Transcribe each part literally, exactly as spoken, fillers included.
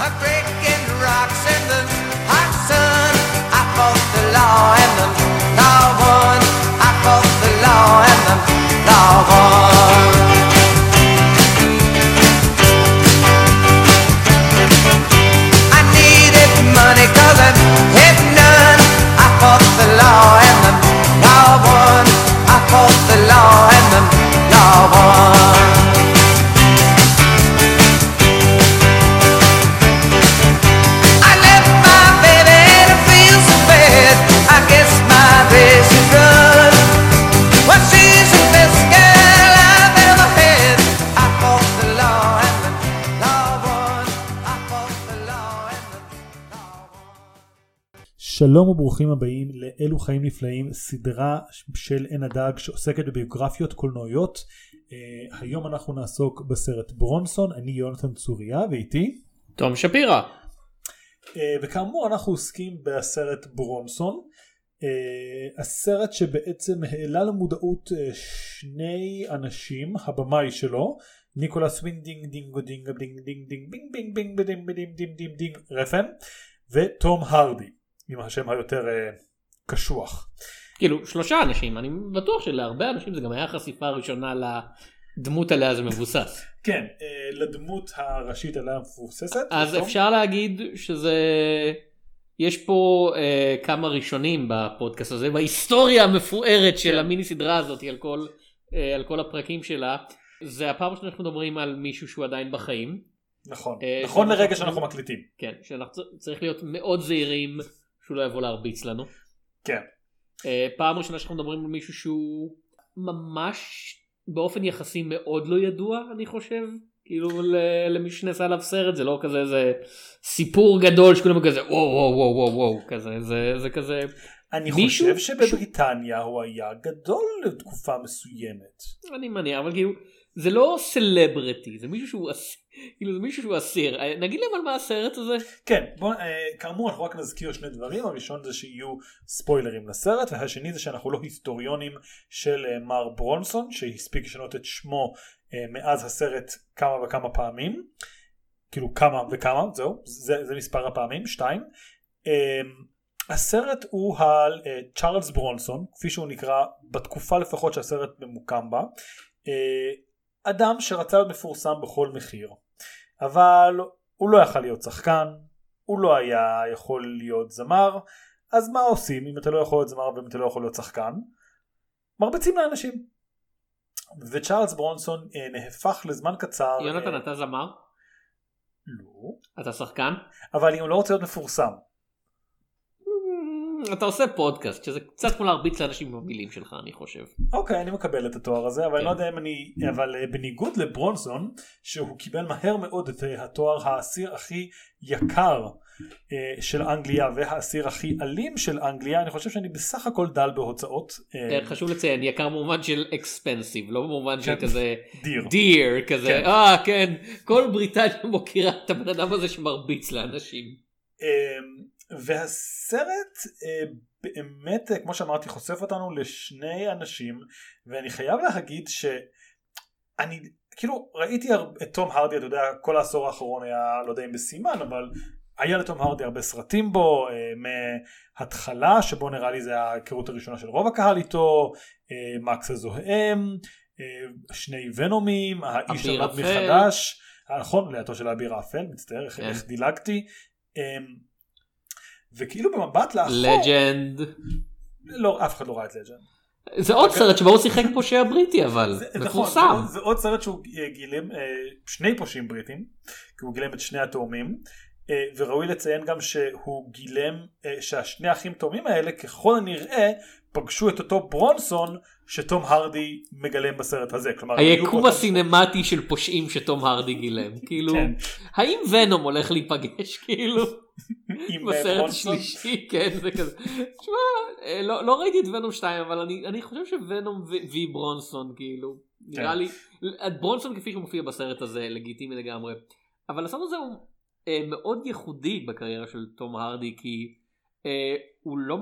are breaking rocks in the hot sun. I fought the law and the law won. I fought the law and the law won. I needed money 'cause I had none. I fought the law and the law won. I fought the law and the law won. I left my baby to feel so bad. I guess my days should run. Well, she's the best girl I've ever had. I fought the law and the law won. I fought the law and the law won. שלום וברוכים הבאים לאלו חיים נפלאים, סדרה של עין הדג שעוסקת בביוגרפיות קולנועיות. uh, היום אנחנו נעסוק בסרט ברונסון. אני יונתן צוריה ואיתי תום שפירא. uh, וכאמור אנחנו עוסקים בסרט ברונסון, uh, הסרט שבעצם העלה למודעות uh, שני אנשים, הבמאי שלו ניקולס ווינדינג דינגו דינג דינג דינג דינג בינג בינג בינג בינג בינג בינג בינג דינג רפן, ותום הרדי עם השם היותר uh, קשוח. כאילו שלושה אנשים, אני בטוח שלהרבה אנשים זה גם היה חשיפה ראשונה לדמות עליה זה מבוסס. כן, uh, לדמות הראשית עליה מבוססת. אז ותום? אפשר להגיד שזה, יש פה uh, כמה ראשונים בפודקאסט הזה, בהיסטוריה המפוארת של כן. המיני סדרה הזאת על כל, uh, על כל הפרקים שלה. זה הפעם שאנחנו מדברים על מישהו שהוא עדיין בחיים. נכון, uh, נכון לרגע שאנחנו, שאנחנו מקליטים. כן, שאנחנו צריך להיות מאוד זהירים שהוא לא יבוא להרביץ לנו. כן. Uh, פעם ראשונה שאנחנו מדברים על מישהו שהוא ממש באופן יחסי מאוד לא ידוע, אני חושב. כאילו למי שנעשה עליו סרט זה לא כזה איזה סיפור גדול שכולם כזה וואו וואו וואו וואו וואו כזה, זה, זה כזה. אני מישהו חושב שבבריטניה ש... הוא היה גדול לתקופה מסוימת. אני מניח, אבל כאילו זה לא סלבריטי, זה מישהו שהוא כאילו זה מישהו שהוא אסיר. נגיד להם על מה הסרט הזה? כן, בוא, כאמור אנחנו רק נזכיר שני דברים. הראשון זה שיהיו ספוילרים לסרט, והשני זה שאנחנו לא היסטוריונים של מר ברונסון שהספיק לשנות את שמו מאז הסרט כמה וכמה פעמים, כאילו כמה וכמה, זהו, זה, זה מספר הפעמים, שתיים. הסרט הוא על צ'ארלס ברונסון, כפי שהוא נקרא בתקופה לפחות שהסרט ממוקם בה, אדם שרצה להיות מפורסם בכל מחיר, אבל הוא לא יכל להיות שחקן, הוא לא היה יכול להיות זמר. אז מה עושים אם אתה לא יכול להיות זמר ואם אתה לא יכול להיות שחקן? מרביצים לאנשים. וצ'ארלס ברונסון אה, נהפך לזמן קצר. יונתן, אה, אתה זמר? לא. אתה שחקן? אבל אם הוא לא רוצה להיות מפורסם. אתה עושה פודקאסט שזה קצת כמו להרביץ לאנשים במילים שלך, אני חושב. אוקיי, אני מקבל את התואר הזה, אבל כן. אני לא יודע אם אני, אבל uh, בניגוד לברונסון, שהוא קיבל מהר מאוד את uh, התואר האסיר הכי יקר uh, של אנגליה והאסיר הכי אלים של אנגליה, אני חושב שאני בסך הכל דל בהוצאות. Uh, חשוב לציין, יקר במובן של אקספנסיב, לא במובן של כן. כזה דיר. דיר, כזה, כן. אה כן, כל בריטניה מוכירה את הבן אדם הזה שמרביץ לאנשים. Uh, והסרט uh, באמת, uh, כמו שאמרתי, חושף אותנו לשני אנשים, ואני חייב להגיד שאני כאילו ראיתי את תום הרדי, אתה יודע, כל העשור האחרון היה, לא יודע אם בסימן, אבל היה לתום הרדי הרבה סרטים בו, uh, מההתחלה שבו נראה לי זה ההיכרות הראשונה של רוב הקהל איתו, uh, מקס הזוהם, uh, שני ונומים, האיש עמד מחדש, נכון, לידו של האביר האפל, מצטער, איך, איך דילגתי, um, וכאילו במבט לאחור לג'נד, לא, אף אחד לא ראה את לג'נד. זה עוד סרט שבו הוא שיחק פושע בריטי, אבל מפורסם. זה עוד סרט שהוא גילם שני פושעים בריטים, כי הוא גילם את שני התאומים, וראוי לציין גם שהוא גילם שהשני האחים תאומים האלה ככל הנראה פגשו את אותו ברונסון שתום הרדי מגלם בסרט הזה. היקום הסינמטי של פושעים שתום הרדי גילם. כאילו, האם ונום הולך להיפגש כאילו בסרט השלישי? כן, זה כזה. תשמע, לא ראיתי את ונום שתיים, אבל אני חושב שוונום וי ברונסון כאילו, נראה לי, ברונסון כפי שהוא מופיע בסרט הזה לגיטימי לגמרי, אבל הסרט הזה הוא מאוד ייחודי בקריירה של תום הרדי, כי הוא לא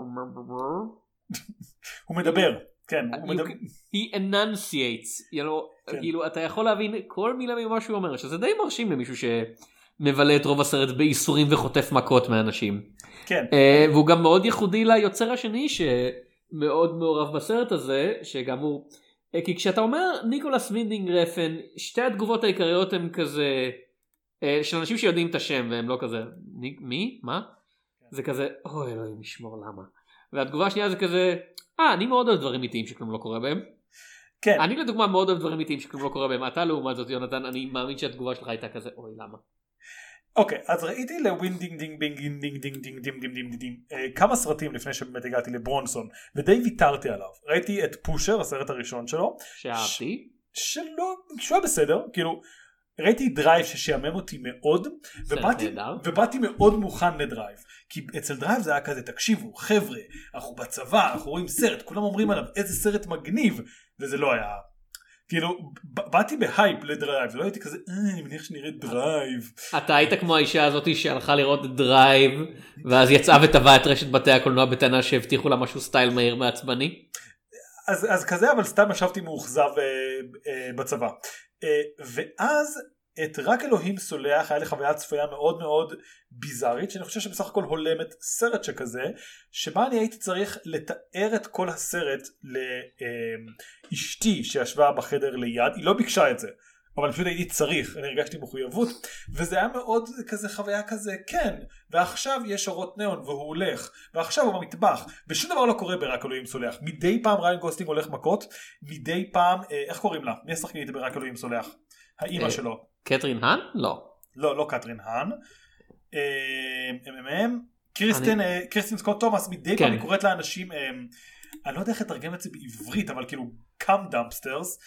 הוא מדבר, כן, הוא מדבר. he enunciates, כאילו אתה יכול להבין כל מילה ממה שהוא אומר, שזה די מרשים למישהו מבלה את רוב הסרט באיסורים וחוטף מכות מאנשים. כן. והוא גם מאוד ייחודי ליוצר השני שמאוד מעורב בסרט הזה, שגם הוא, כי כשאתה אומר ניקולס וינדינג רפן, שתי התגובות העיקריות הן כזה, של אנשים שיודעים את השם והם לא כזה, מי? מה? זה כזה, אוי אלוהים ישמור למה. והתגובה השנייה זה כזה, אה אני מאוד אוהב דברים איטיים שכלום לא קורה בהם. כן. אני לדוגמה מאוד אוהב דברים איטיים שכלום לא קורה בהם. אתה לעומת זאת יונתן, אני מאמין שהתגובה שלך הייתה כזה, אוי למה. אוקיי, אז ראיתי לווינדינג דינג דינג דינג דינג דינג דינג דינג דינג דינג דינג כמה סרטים לפני שבאמת הגעתי לברונסון, ודי ויתרתי עליו. ראיתי את פושר, הסרט הראשון שלו. שאהבתי. שלא, שהוא היה בסדר, כאילו, ראיתי דרייב ששיאמם אותי מאוד, ובאתי מאוד מוכן לדרייב. כי אצל דרייב זה היה כזה, תקשיבו, חבר'ה, אנחנו בצבא, אנחנו רואים סרט, כולם אומרים עליו, איזה סרט מגניב, וזה לא היה... כאילו, באתי בהייפ לדרייב, ולא הייתי כזה, אה, אני מניח שנראה דרייב. אתה היית כמו האישה הזאת שהלכה לראות את דרייב, ואז יצאה וטבעה את רשת בתי הקולנוע בטענה שהבטיחו לה משהו סטייל מהיר מעצבני? אז, אז כזה, אבל סתם ישבתי מאוכזב אה, אה, בצבא. אה, ואז את רק אלוהים סולח, היה לי חוויה צפויה מאוד מאוד ביזארית, שאני חושב שבסך הכל הולמת סרט שכזה, שבה אני הייתי צריך לתאר את כל הסרט לאשתי שישבה בחדר ליד, היא לא ביקשה את זה, אבל פשוט הייתי צריך, אני הרגשתי מחויבות, וזה היה מאוד כזה חוויה כזה, כן, ועכשיו יש אורות נאון והוא הולך, ועכשיו הוא במטבח, ושום דבר לא קורה ברק אלוהים סולח. מדי פעם ריין גוסלינג הולך מכות, מדי פעם, איך קוראים לה? מי השחקנית איתה ברק אלוהים סולח? האמא שלו. קתרין האן? לא. לא, לא קתרין האן. קריסטין, קריסטין סקוט תומאס, מדי פעם היא קוראת לאנשים, אני לא יודע איך לתרגם את זה בעברית, אבל כאילו, קאם דאמפסטרס.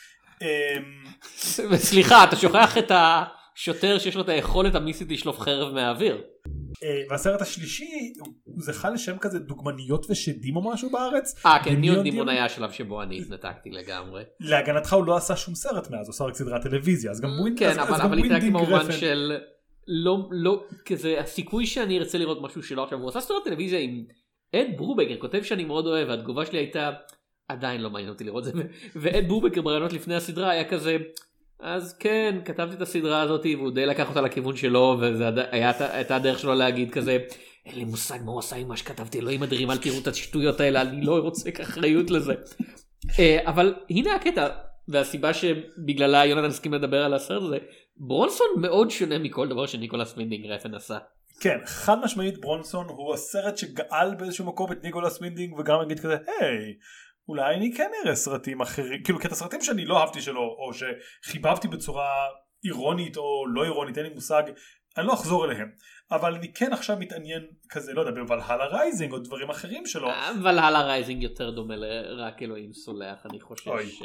סליחה, אתה שוכח את השוטר שיש לו את היכולת המיסית לשלוף חרב מהאוויר. והסרט השלישי הוא זכה לשם כזה דוגמניות ושדים או משהו בארץ. אה כן, ניאון דימון היה שלב שבו אני התנתקתי לגמרי. להגנתך הוא לא עשה שום סרט מאז, הוא עשה רק סדרת טלוויזיה, אז גם ווינדינג רפן. כן, אבל התנתקתי במובן של לא כזה הסיכוי שאני ארצה לראות משהו שלו. עכשיו הוא עשה סדרת טלוויזיה עם אד ברובקר, כותב שאני מאוד אוהב, והתגובה שלי הייתה עדיין לא מעניין אותי לראות זה, ואד ברובקר ברעיונות לפני הסדרה היה כזה, אז כן, כתבתי את הסדרה הזאת והוא די לקח אותה לכיוון שלו, וזה הייתה הדרך שלו להגיד כזה, אין לי מושג מה הוא עשה עם מה שכתבתי, אלוהים אדירים, אל תראו את השטויות האלה, אני לא רוצה אחריות לזה. אבל הנה הקטע, והסיבה שבגללה יונתן הסכים לדבר על הסרט הזה, ברונסון מאוד שונה מכל דבר שניקולס וינדינג רפן עשה. כן, חד משמעית ברונסון הוא הסרט שגאל באיזשהו מקום את ניקולס וינדינג, וגם אגיד כזה, היי, אולי אני כן אראה סרטים אחרים, כאילו כי את הסרטים שאני לא אהבתי שלו, או שחיבבתי בצורה אירונית או לא אירונית, אין לי מושג, אני לא אחזור אליהם. אבל אני כן עכשיו מתעניין כזה, לא יודע, בוולהלה רייזינג או דברים אחרים שלו. וולהלה רייזינג יותר דומה לרק אלוהים סולח, אני חושב ש...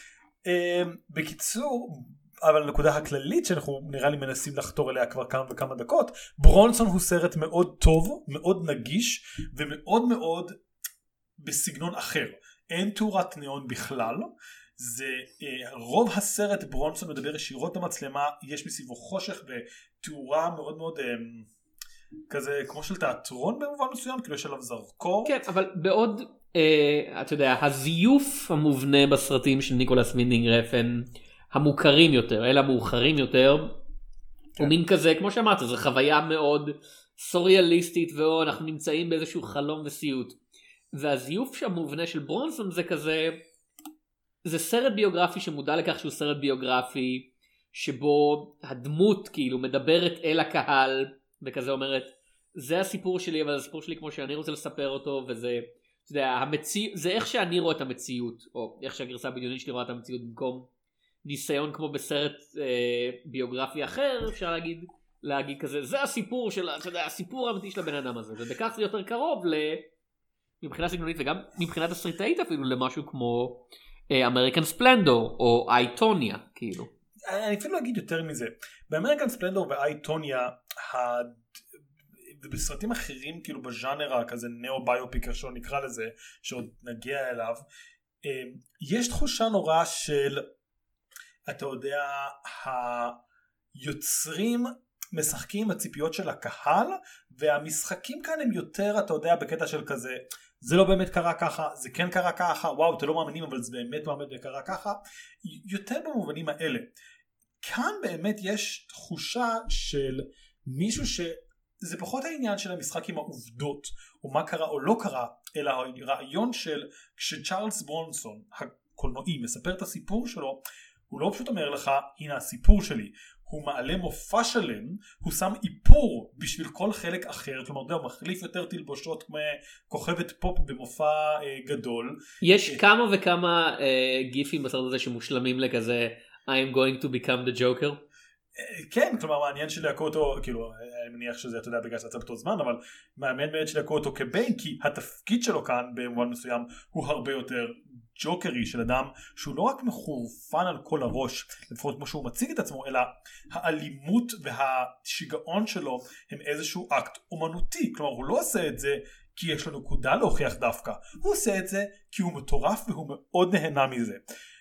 בקיצור, אבל הנקודה הכללית שאנחנו נראה לי מנסים לחתור אליה כבר כמה וכמה דקות, ברונסון הוא סרט מאוד טוב, מאוד נגיש, ומאוד מאוד בסגנון אחר. אין תאורת ניאון בכלל, זה רוב הסרט ברונסון מדבר ישירות למצלמה, יש מסביבו חושך ותאורה מאוד מאוד כזה כמו של תיאטרון במובן מסוים, כאילו יש עליו זרקור. כן, אבל בעוד אה, אתה יודע, הזיוף המובנה בסרטים של ניקולס וינדינג רפן המוכרים יותר, אלה המאוחרים יותר, כן. הוא מין כזה, כמו שאמרת, זו חוויה מאוד סוריאליסטית, ואנחנו נמצאים באיזשהו חלום וסיוט. והזיוף המובנה של ברונסון זה כזה, זה סרט ביוגרפי שמודע לכך שהוא סרט ביוגרפי, שבו הדמות כאילו מדברת אל הקהל, וכזה אומרת, זה הסיפור שלי, אבל זה הסיפור שלי כמו שאני רוצה לספר אותו, וזה, אתה יודע, המציא... זה איך שאני רואה את המציאות, או איך שהגרסה הבדיונית שלי רואה את המציאות, במקום ניסיון כמו בסרט אה, ביוגרפי אחר, אפשר להגיד, להגיד כזה, זה הסיפור של, אתה יודע, הסיפור האמיתי של הבן אדם הזה, ובכך זה יותר קרוב ל... מבחינה סגנונית וגם מבחינת הסרטאית אפילו למשהו כמו אמריקן ספלנדור או אייטוניה כאילו. אני אפילו אגיד יותר מזה, באמריקן ספלנדור ואייטוניה ובסרטים אחרים כאילו בז'אנרה כזה נאו ביופיק שלא נקרא לזה שעוד נגיע אליו, יש תחושה נורא של אתה יודע היוצרים משחקים עם הציפיות של הקהל והמשחקים כאן הם יותר אתה יודע בקטע של כזה זה לא באמת קרה ככה, זה כן קרה ככה, וואו, אתם לא מאמינים, אבל זה באמת באמת קרה ככה, יותר במובנים האלה. כאן באמת יש תחושה של מישהו שזה פחות העניין של המשחק עם העובדות, או מה קרה או לא קרה, אלא הרעיון של כשצ'ארלס ברונסון, הקולנועי, מספר את הסיפור שלו, הוא לא פשוט אומר לך, הנה הסיפור שלי, הוא מעלה מופע שלם, הוא שם איפור בשביל כל חלק אחר, כלומר הוא מחליף יותר תלבושות כוכבת פופ במופע אה, גדול. יש אה, כמה וכמה אה, גיפים בסרט הזה שמושלמים לכזה, I'm going to become the Joker. אה, כן, כלומר מעניין שלהקו אותו, כאילו אני מניח שזה אתה יודע בגלל שזה באותו זמן, אבל מעניין מאוד שלהקו אותו כביין, כי התפקיד שלו כאן במובן מסוים הוא הרבה יותר ג'וקרי של אדם שהוא לא רק מחורפן על כל הראש, לפחות כמו שהוא מציג את עצמו, אלא האלימות והשיגעון שלו הם איזשהו אקט אומנותי. כלומר הוא לא עושה את זה כי יש לו נקודה להוכיח דווקא, הוא עושה את זה כי הוא מטורף והוא מאוד נהנה מזה.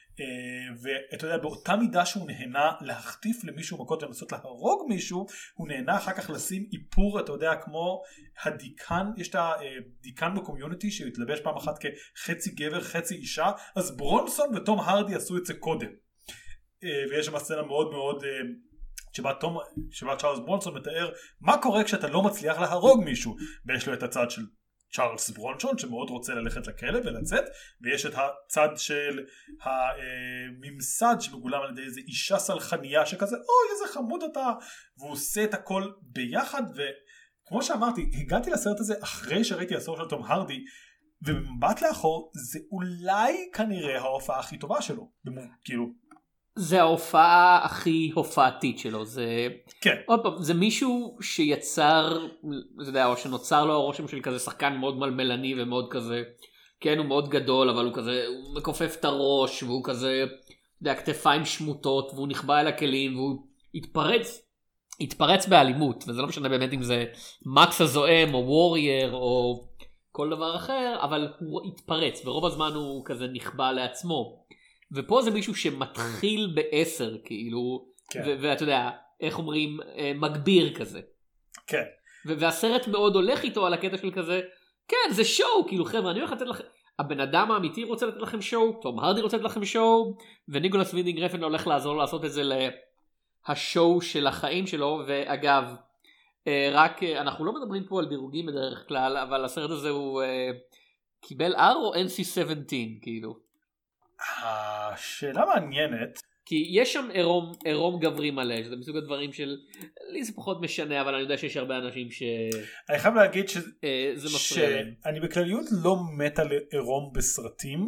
ואתה יודע, באותה מידה שהוא נהנה להחטיף למישהו מכות ולנסות להרוג מישהו, הוא נהנה אחר כך לשים איפור, אתה יודע, כמו הדיקן, יש את הדיקן בקומיוניטי שהתלבש פעם אחת כחצי גבר חצי אישה, אז ברונסון ותום הרדי עשו את זה קודם, ויש שם סצנה מאוד מאוד שבה, תום, שבה צ'ארלס ברונסון מתאר מה קורה כשאתה לא מצליח להרוג מישהו, ויש לו את הצד של צ'ארלס ברונשון שמאוד רוצה ללכת לכלא ולצאת, ויש את הצד של הממסד שמגולם על ידי איזה אישה סלחניה שכזה אוי איזה חמוד אתה, והוא עושה את הכל ביחד. וכמו שאמרתי, הגעתי לסרט הזה אחרי שראיתי הסוף של תום הרדי, ובמבט לאחור זה אולי כנראה ההופעה הכי טובה שלו, כאילו זה ההופעה הכי הופעתית שלו. זה כן. עוד פעם, זה מישהו שיצר, זה יודע, או שנוצר לו הרושם של כזה שחקן מאוד מלמלני ומאוד כזה, כן הוא מאוד גדול אבל הוא כזה, הוא מכופף את הראש והוא כזה, יודע, כתפיים שמוטות והוא נכבה אל הכלים והוא התפרץ, התפרץ באלימות, וזה לא משנה באמת אם זה מקס הזועם או וורייר או כל דבר אחר, אבל הוא התפרץ ורוב הזמן הוא כזה נכבה לעצמו. ופה זה מישהו שמתחיל בעשר, כאילו, כן. ואתה יודע, איך אומרים, מגביר כזה. כן. והסרט מאוד הולך איתו על הקטע של כזה, כן, זה שואו, כאילו, חבר'ה, אני הולך לתת לכם, הבן אדם האמיתי רוצה לתת לכם שואו, תום הרדי רוצה לתת לכם שואו, וניקולס וינדינג רפן הולך לעזור לעשות את זה להשואו של החיים שלו, ואגב, רק, אנחנו לא מדברים פה על דירוגים בדרך כלל, אבל הסרט הזה הוא קיבל R או N C שבע עשרה, כאילו. השאלה מעניינת, כי יש שם עירום, עירום גברי מלא, שזה מסוג הדברים של, לי זה פחות משנה, אבל אני יודע שיש הרבה אנשים ש... אני חייב להגיד ש... זה מפריע להם. שאני בכלליות לא מת על עירום בסרטים,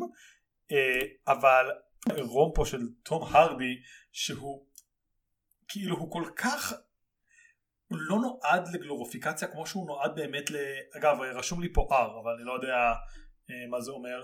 אבל עירום פה של תום הרדי, שהוא כאילו הוא כל כך, הוא לא נועד לגלוריפיקציה כמו שהוא נועד באמת ל... אגב, רשום לי פה R, אבל אני לא יודע מה זה אומר.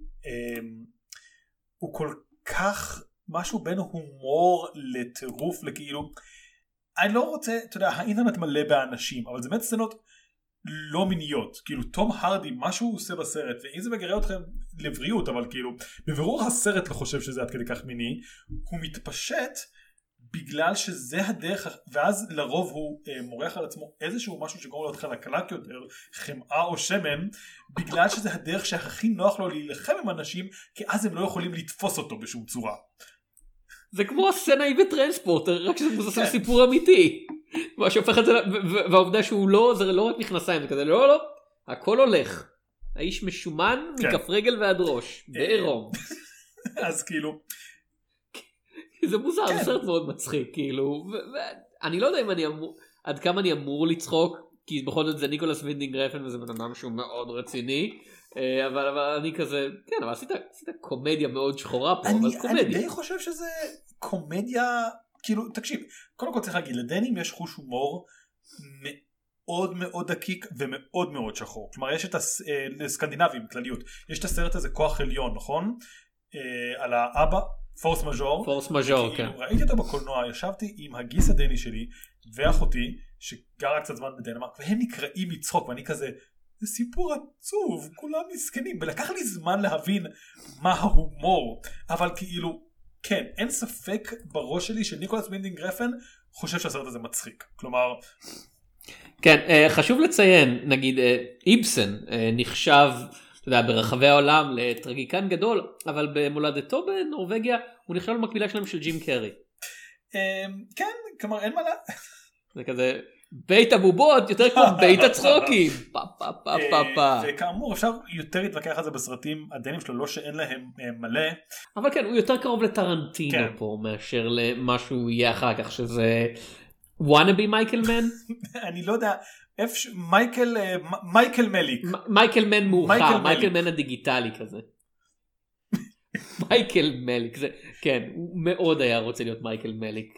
הוא כל כך משהו בין הומור לטירוף, לכאילו אני לא רוצה, אתה יודע, האינטרנט מלא באנשים, אבל זה באמת סצנות לא מיניות, כאילו תום הרדי, מה שהוא עושה בסרט, ואם זה מגרה אתכם לבריאות, אבל כאילו בבירור הסרט לא חושב שזה עד כדי כך מיני, הוא מתפשט בגלל שזה הדרך, ואז לרוב הוא אה, מורח על עצמו איזשהו משהו שגורם לו אותך לקלק יותר, חמאה או שמן, בגלל שזה הדרך שהכי נוח לו להילחם עם אנשים, כי אז הם לא יכולים לתפוס אותו בשום צורה. זה כמו הסצנה היא בטרנספורטר, רק שזה מבוסס על סיפור אמיתי. מה שהופך את זה, והעובדה שהוא לא, זה לא רק מכנסיים, זה כזה, לא, לא, הכל הולך. האיש משומן מכף רגל ועד ראש, בעירום. אז כאילו... זה מוזר, זה סרט מאוד מצחיק, כאילו, אני לא יודע אם אני אמור, עד כמה אני אמור לצחוק, כי בכל זאת זה ניקולס וינדינג רפן, וזה בן אדם שהוא מאוד רציני, אבל, אבל אני כזה, כן, אבל עשית, עשית קומדיה מאוד שחורה פה, אני, אבל קומדיה. אני די חושב שזה קומדיה, כאילו, תקשיב, קודם כל צריך להגיד, לדנים יש חוש הומור מאוד מאוד דקיק ומאוד מאוד שחור, כלומר יש את הסקנדינבים, כלליות, יש את הסרט הזה כוח עליון, נכון? על האבא, פורס מז'ור, פורס מז'ור, כן. ראיתי אותו בקולנוע, ישבתי עם הגיס הדני שלי ואחותי שגרה קצת זמן בדנמרק, והם נקראים מצחוק, ואני כזה, זה סיפור עצוב, כולם מסכנים, ולקח לי זמן להבין מה ההומור, אבל כאילו, כן, אין ספק בראש שלי שניקולס וינדינג רפן חושב שהסרט הזה מצחיק, כלומר... כן, חשוב לציין, נגיד, איבסן נחשב... אתה יודע, ברחבי העולם לטרגיקן גדול, אבל במולדתו בנורווגיה הוא נכלל במקבילה שלהם של ג'ים קרי. כן, כלומר אין מה לה... זה כזה, בית הבובות יותר כמו בית הצחוקים. פה פה פה פה פה. וכאמור אפשר יותר להתווכח על זה בסרטים הדנים שלו, לא שאין להם מלא. אבל כן, הוא יותר קרוב לטרנטינו פה מאשר למה שהוא יהיה אחר כך, שזה וואנאבי מייקל מן? אני לא יודע, מייקל מייקל מליק. מייקל מן מאוחר, מייקל מן הדיגיטלי כזה. מייקל מליק, כן, הוא מאוד היה רוצה להיות מייקל מליק.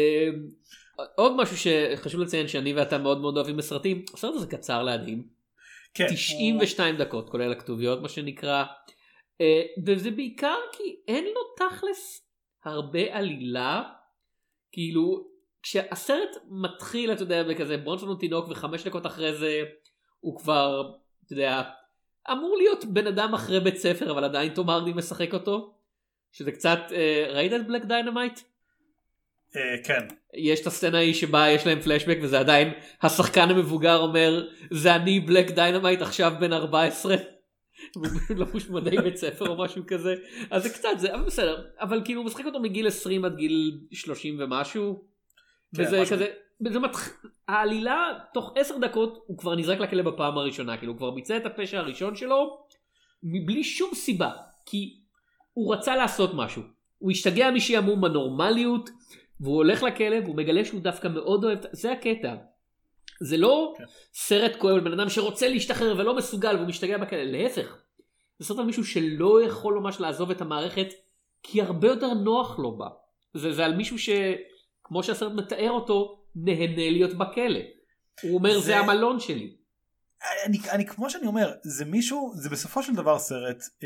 עוד משהו שחשוב לציין שאני ואתה מאוד מאוד אוהבים בסרטים, הסרט הזה קצר להדהים, תשעים ושתיים דקות כולל הכתוביות מה שנקרא, וזה בעיקר כי אין לו תכלס הרבה עלילה, כאילו כשהסרט מתחיל אתה יודע בכזה ברונסון הוא תינוק וחמש דקות אחרי זה הוא כבר אתה יודע אמור להיות בן אדם אחרי בית ספר אבל עדיין תום הרדי משחק אותו, שזה קצת ראית את בלק דיינמייט? כן. יש את הסצנה ההיא שבה יש להם פלשבק וזה עדיין השחקן המבוגר אומר זה אני בלק דיינמייט עכשיו בן ארבע עשרה לבוש מדי בית ספר או משהו כזה, אז זה קצת זה, אבל בסדר, אבל כאילו הוא משחק אותו מגיל עשרים עד גיל שלושים ומשהו, וזה כזה, זה מתח... העלילה תוך עשר דקות הוא כבר נזרק לכלא בפעם הראשונה, כאילו הוא כבר ביצע את הפשע הראשון שלו מבלי שום סיבה, כי הוא רצה לעשות משהו, הוא השתגע משעמום הנורמליות והוא הולך לכלא והוא מגלה שהוא דווקא מאוד אוהב, זה הקטע, זה לא okay. סרט כואב על בן אדם שרוצה להשתחרר ולא מסוגל והוא משתגע בכלא, להפך, זה סרט על מישהו שלא יכול ממש לעזוב את המערכת כי הרבה יותר נוח לו בה, זה, זה על מישהו שכמו שהסרט מתאר אותו נהנה להיות בכלא, הוא אומר זה, זה המלון שלי. אני, אני כמו שאני אומר, זה מישהו, זה בסופו של דבר סרט אה,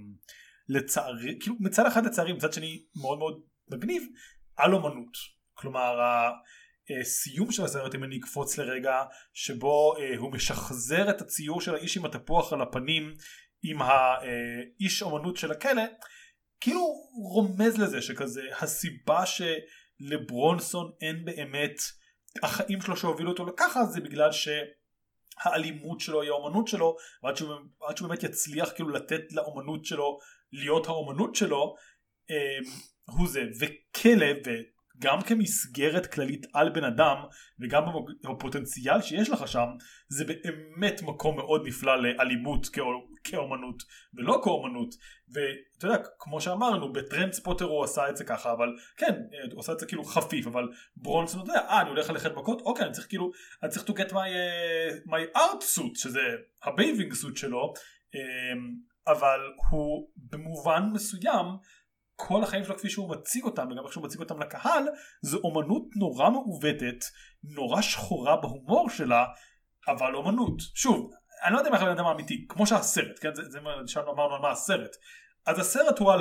לצערי, כאילו מצד אחד לצערי, מצד שני מאוד מאוד מגניב, על אומנות, כלומר הסיום של הסרט אם אני אקפוץ לרגע שבו אה, הוא משחזר את הציור של האיש עם התפוח על הפנים עם האיש אומנות של הכלא, כאילו רומז לזה שכזה הסיבה שלברונסון אין באמת החיים שלו שהובילו אותו לככה זה בגלל שהאלימות שלו היא האומנות שלו, ועד שהוא, ועד שהוא באמת יצליח כאילו לתת לאומנות שלו להיות האומנות שלו אה, הוא זה, וכלא וגם כמסגרת כללית על בן אדם וגם בפוטנציאל שיש לך שם זה באמת מקום מאוד נפלא לאלימות כאומנות ולא כאומנות, ואתה יודע כמו שאמרנו בטרנספוטר הוא עשה את זה ככה, אבל כן הוא עשה את זה כאילו חפיף, אבל ברונסון יודע אה אני הולך ללכת מכות, אוקיי אני צריך כאילו אני צריך to get my, uh, my art suit שזה הבייבינג סוט שלו, אבל הוא במובן מסוים כל החיים שלו כפי שהוא מציג אותם וגם איך שהוא מציג אותם לקהל זו אומנות נורא מעוותת, נורא שחורה בהומור שלה, אבל אומנות שוב אני לא יודע מה הבן אדם האמיתי כמו שהסרט, כן? זה, זה מה שאנו אמרנו על מה הסרט, אז הסרט הוא על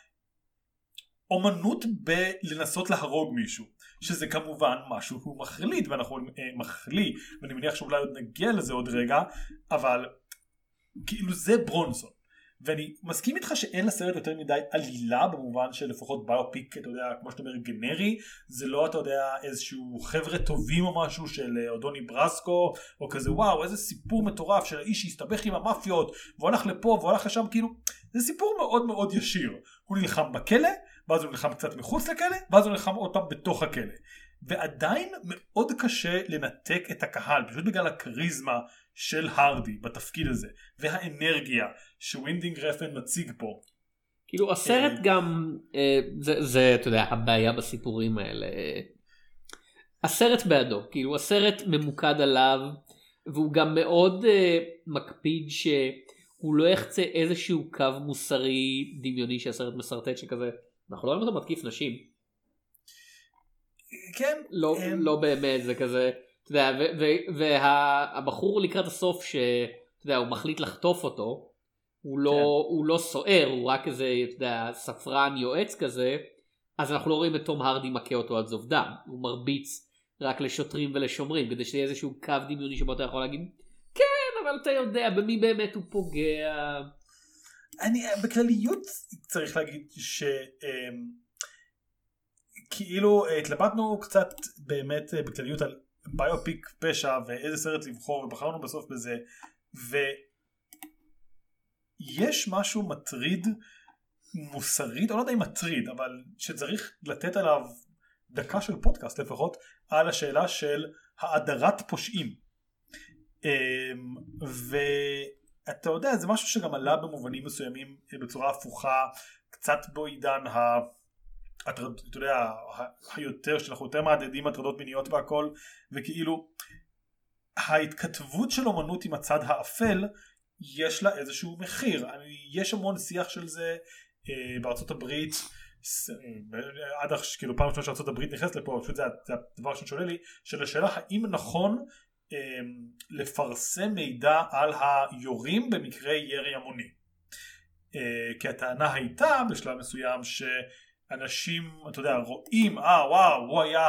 האומנות בלנסות להרוג מישהו שזה כמובן משהו הוא מחליט ואנחנו אה, מחלי ואני מניח שאולי עוד נגיע לזה עוד רגע, אבל כאילו זה ברונסון ואני מסכים איתך שאין לסרט יותר מדי עלילה במובן של לפחות ביופיק, אתה יודע, כמו שאתה אומר גנרי, זה לא אתה יודע איזשהו חבר'ה טובים או משהו של אודוני ברסקו או כזה וואו איזה סיפור מטורף של האיש שהסתבך עם המאפיות והוא הלך לפה והוא הלך לשם, כאילו זה סיפור מאוד מאוד ישיר, הוא נלחם בכלא ואז הוא נלחם קצת מחוץ לכלא ואז הוא נלחם עוד פעם בתוך הכלא, ועדיין מאוד קשה לנתק את הקהל פשוט בגלל הקריזמה של הרדי בתפקיד הזה והאנרגיה שווינדינג רפן מציג פה. כאילו הסרט גם זה, זה אתה יודע הבעיה בסיפורים האלה, הסרט בעדו, כאילו הסרט ממוקד עליו והוא גם מאוד מקפיד שהוא לא יחצה איזשהו קו מוסרי דמיוני שהסרט מסרטט שכזה אנחנו לא רואים אותו מתקיף נשים, כן לא, לא באמת זה כזה אתה יודע, והבחור לקראת הסוף שאתה יודע הוא מחליט לחטוף אותו הוא לא, הוא לא סוער, הוא רק איזה אתה יודע ספרן יועץ כזה, אז אנחנו לא רואים את תום הרדי מכה אותו עד זוב דם, הוא מרביץ רק לשוטרים ולשומרים כדי שיהיה איזשהו קו דמיוני שבו אתה יכול להגיד כן אבל אתה יודע במי באמת הוא פוגע. אני בכלליות צריך להגיד ש כאילו התלבטנו קצת באמת בכלליות על ביופיק פשע ואיזה סרט לבחור ובחרנו בסוף בזה, ויש משהו מטריד מוסרית, או לא יודע אם מטריד אבל שצריך לתת עליו דקה של פודקאסט לפחות על השאלה של האדרת פושעים. ואתה יודע, זה משהו שגם עלה במובנים מסוימים בצורה הפוכה, קצת בעידן ה... אתה יודע, היותר שאנחנו יותר מעדדים הטרדות מיניות והכל, וכאילו ההתכתבות של אומנות עם הצד האפל יש לה איזשהו מחיר. יש המון שיח של זה בארצות הברית, עד כאילו פעם ראשונה שארצות הברית נכנסת לפה, פשוט זה הדבר ששואל לי, של השאלה האם נכון לפרסם מידע על היורים במקרה ירי המוני. כי הטענה הייתה בשלב מסוים שאנשים, אתה יודע, רואים, אה וואו, הוא היה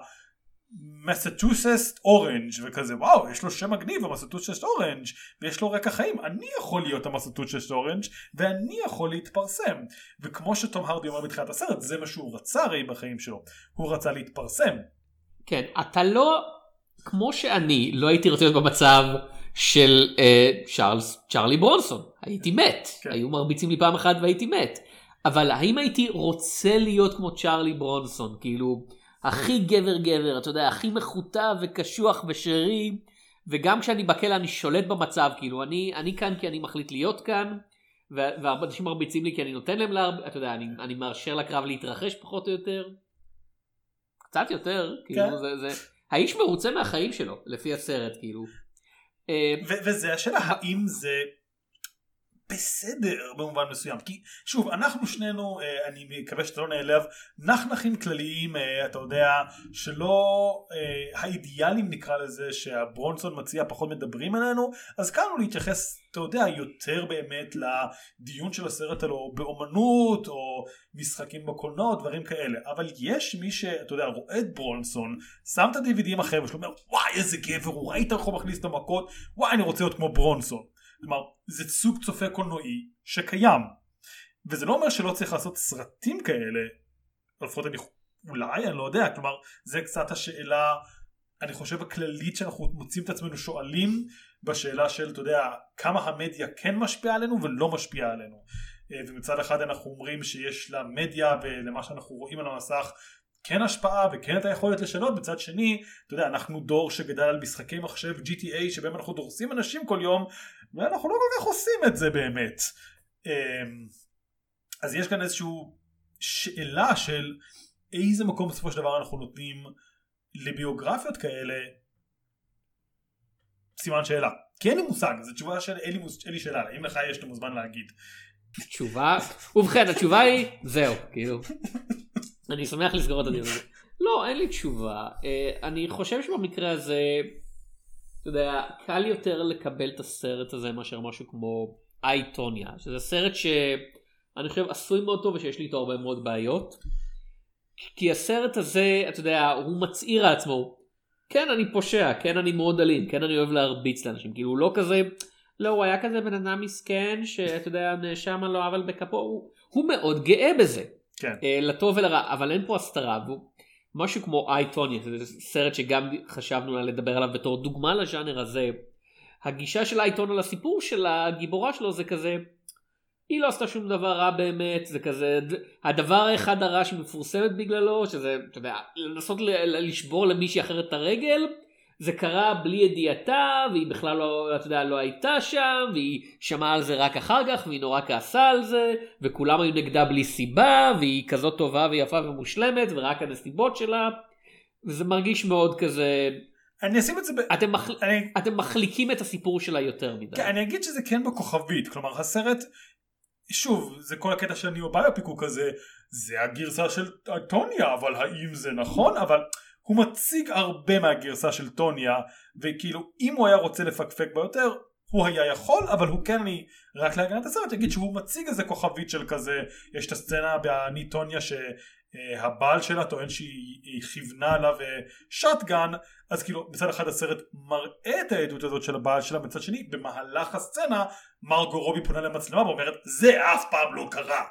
המסצ'וסטס אורנג' וכזה, וואו, יש לו שם מגניב המסצ'וסטס אורנג' ויש לו רקע חיים, אני יכול להיות המסצ'וסטס אורנג' ואני יכול להתפרסם. וכמו שתום הרדי אומר בתחילת הסרט, זה מה שהוא רצה הרי בחיים שלו, הוא רצה להתפרסם. כן, אתה לא, כמו שאני לא הייתי רוצה להיות במצב של אה, צ'ארלס, צ'רלי ברונסון, הייתי מת, כן. היו מרביצים לי פעם אחת והייתי מת, אבל האם הייתי רוצה להיות כמו צ'רלי ברונסון, כאילו הכי גבר גבר, אתה יודע, הכי מחוטא וקשוח ושרי, וגם כשאני בכלא אני שולט במצב, כאילו אני, אני כאן כי אני מחליט להיות כאן, והרבה אנשים מרביצים לי כי אני נותן להם להרביץ, אתה יודע, אני, אני מאשר לקרב להתרחש פחות או יותר, קצת יותר, כאילו כן. זה, זה, האיש מרוצה מהחיים שלו, לפי הסרט, כאילו. ו- וזה השאלה, האם זה בסדר במובן מסוים? כי שוב, אנחנו שנינו, אני מקווה שאתה לא נעלב, נחנחים כלליים, אתה יודע, שלא, האידיאלים נקרא לזה, שהברונסון מציע פחות מדברים עלינו, אז כאן להתייחס, אתה יודע, יותר באמת לדיון של הסרט הלו באומנות, או משחקים בקולנוע, דברים כאלה. אבל יש מי שאתה יודע, רואה את ברונסון, שם את ה-די וי די עם החבר'ה שלו, אומר, וואי, איזה גבר, הוא ראית איך הוא מכניס את המכות, וואי, אני רוצה להיות כמו ברונסון. כלומר, זה סוג צופה קולנועי שקיים. וזה לא אומר שלא צריך לעשות סרטים כאלה, לפחות אני, אולי, אני לא יודע, כלומר, זה קצת השאלה, אני חושב הכללית שאנחנו מוצאים את עצמנו שואלים, בשאלה של, אתה יודע, כמה המדיה כן משפיעה עלינו ולא משפיעה עלינו. ומצד אחד אנחנו אומרים שיש למדיה ולמה שאנחנו רואים על המסך כן השפעה וכן את היכולת לשנות. בצד שני, אתה יודע, אנחנו דור שגדל על משחקי מחשב ג'י טי איי שבהם אנחנו דורסים אנשים כל יום, ואנחנו לא כל כך עושים את זה באמת. אז יש כאן איזושהי שאלה של איזה מקום בסופו של דבר אנחנו נותנים לביוגרפיות כאלה, סימן שאלה. כי אין לי מושג, זו תשובה של אין לי שאלה, אם לך יש אתה מוזמן להגיד. תשובה, ובכן, התשובה היא, זהו, כאילו. אני שמח לסגור את הדיון הזה. לא, אין לי תשובה. אני חושב שבמקרה הזה, אתה יודע, קל יותר לקבל את הסרט הזה מאשר משהו כמו איי טוניה, שזה סרט שאני חושב עשוי מאוד טוב ושיש לי איתו הרבה מאוד בעיות. כי הסרט הזה, אתה יודע, הוא מצעיר על עצמו. כן, אני פושע, כן, אני מאוד אלים, כן, אני אוהב להרביץ לאנשים. כאילו, הוא לא כזה, לא, הוא היה כזה בן אדם מסכן, שאתה יודע, נאשם על לא אבל בכפו, הוא, הוא מאוד גאה בזה. כן. לטוב ולרע, אבל אין פה הסתרה, והוא משהו כמו איי טוניה, זה סרט שגם חשבנו לדבר עליו בתור דוגמה לז'אנר הזה. הגישה של איי טוניה לסיפור של הגיבורה שלו זה כזה, היא לא עשתה שום דבר רע באמת, זה כזה, הדבר האחד הרע שמפורסמת בגללו, שזה, אתה יודע, לנסות לשבור למישהי אחרת את הרגל, זה קרה בלי ידיעתה, והיא בכלל לא, אתה יודע, לא הייתה שם, והיא שמעה על זה רק אחר כך, והיא נורא כעסה על זה, וכולם היו נגדה בלי סיבה, והיא כזאת טובה ויפה ומושלמת, ורק הנסיבות שלה, וזה מרגיש מאוד כזה, אני אשים את זה ב... אתם, מחל... אני... אתם מחליקים את הסיפור שלה יותר מדי. כן, אני אגיד שזה כן בכוכבית, כלומר הסרט, שוב, זה כל הקטע של הניאו-ביופיק הוא כזה, זה הגרסה של טוניה, אבל האם זה נכון? אבל הוא מציג הרבה מהגרסה של טוניה, וכאילו אם הוא היה רוצה לפקפק ביותר, הוא היה יכול, אבל הוא כן, אני רק להגנת הסרט, אגיד שהוא מציג איזה כוכבית של כזה, יש את הסצנה באני טוניה שהבעל שלה טוען שהיא כיוונה עליו שוטגן, אז כאילו בצד אחד הסרט מראה את העדות הזאת של הבעל שלה, בצד שני במהלך הסצנה מרגו רובי פונה למצלמה ואומרת זה אף פעם לא קרה.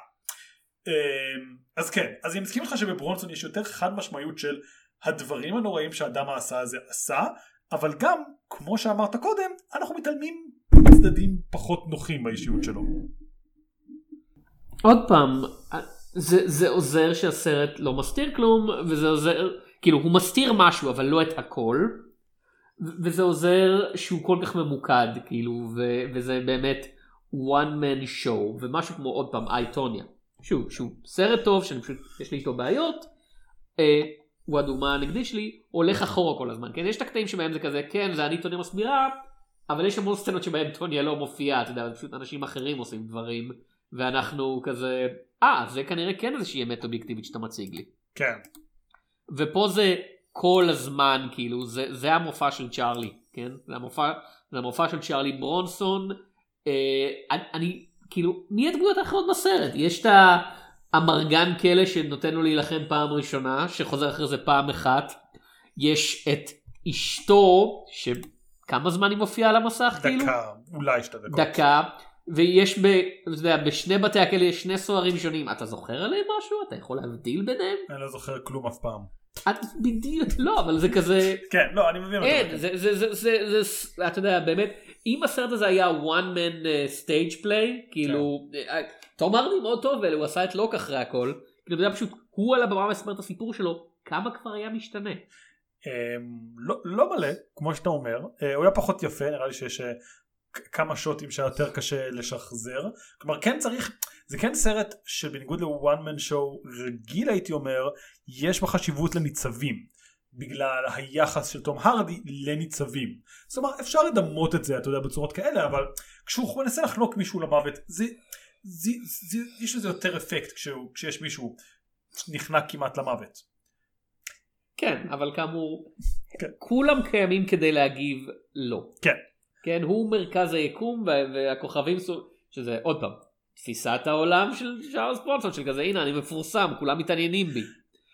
אז כן, אז אני מסכים לך שבברונסון יש יותר חד משמעיות של הדברים הנוראים שהאדם העשה הזה עשה, אבל גם כמו שאמרת קודם אנחנו מתעלמים צדדים פחות נוחים באישיות שלו. עוד פעם, זה, זה עוזר שהסרט לא מסתיר כלום, וזה עוזר, כאילו הוא מסתיר משהו אבל לא את הכל, וזה עוזר שהוא כל כך ממוקד, כאילו, ו, וזה באמת one man show, ומשהו כמו עוד פעם, אייטוניה, שוב, שהוא סרט טוב, שאני פשוט, יש לי איתו בעיות, אה, הוא הדוגמה הנגדית שלי, הולך אחורה כל הזמן, כן, יש את הקטעים שבהם זה כזה, כן, זה אני טוניה מסבירה, אבל יש המון סצנות שבהם טוניה לא מופיעה, אתה יודע, פשוט אנשים אחרים עושים דברים, ואנחנו כזה, אה, זה כנראה כן איזושהי אמת אובייקטיבית שאתה מציג לי. כן. ופה זה כל הזמן, כאילו, זה, זה המופע של צ'ארלי, כן? זה המופע, זה המופע של צ'ארלי ברונסון. אה, אני, אני, כאילו, מי הדמויות האחרות בסרט? יש את המרגן כלא שנותן לו להילחם פעם ראשונה, שחוזר אחרי זה פעם אחת. יש את אשתו, שכמה זמן היא מופיעה על המסך, דקה, כאילו? דקה, אולי שתי דקות. דקה. ויש ב, אתה יודע, בשני בתי הכלא יש שני סוהרים שונים. אתה זוכר עליהם משהו? אתה יכול להבדיל ביניהם? אני לא זוכר כלום אף פעם. את בדיוק, לא, אבל זה כזה... כן, לא, אני מבין. אין, זה, זה, זה, זה, זה, אתה יודע, באמת, אם הסרט הזה היה one man stage play, כאילו, תום הרדי מאוד טוב, הוא עשה את לוק אחרי הכל, כאילו, זה היה פשוט, הוא על הבמה מספר את הסיפור שלו, כמה כבר היה משתנה? לא מלא, כמו שאתה אומר, הוא היה פחות יפה, נראה לי שיש כמה שוטים שיותר קשה לשחזר, כלומר כן צריך, זה כן סרט שבניגוד ל-one man show רגיל הייתי אומר, יש בה חשיבות לניצבים, בגלל היחס של תום הרדי לניצבים, זאת אומרת אפשר לדמות את זה, אתה יודע, בצורות כאלה, אבל כשהוא מנסה לחנוק מישהו למוות, זה, זה, זה, יש לזה יותר אפקט כשהוא, כשיש מישהו נכנק כמעט למוות. כן, אבל כאמור, כן. כולם קיימים כדי להגיב לא. כן. כן, הוא מרכז היקום והכוכבים, שזה עוד פעם, תפיסת העולם של צ'ארלס ברונסון, של כזה, הנה אני מפורסם, כולם מתעניינים בי.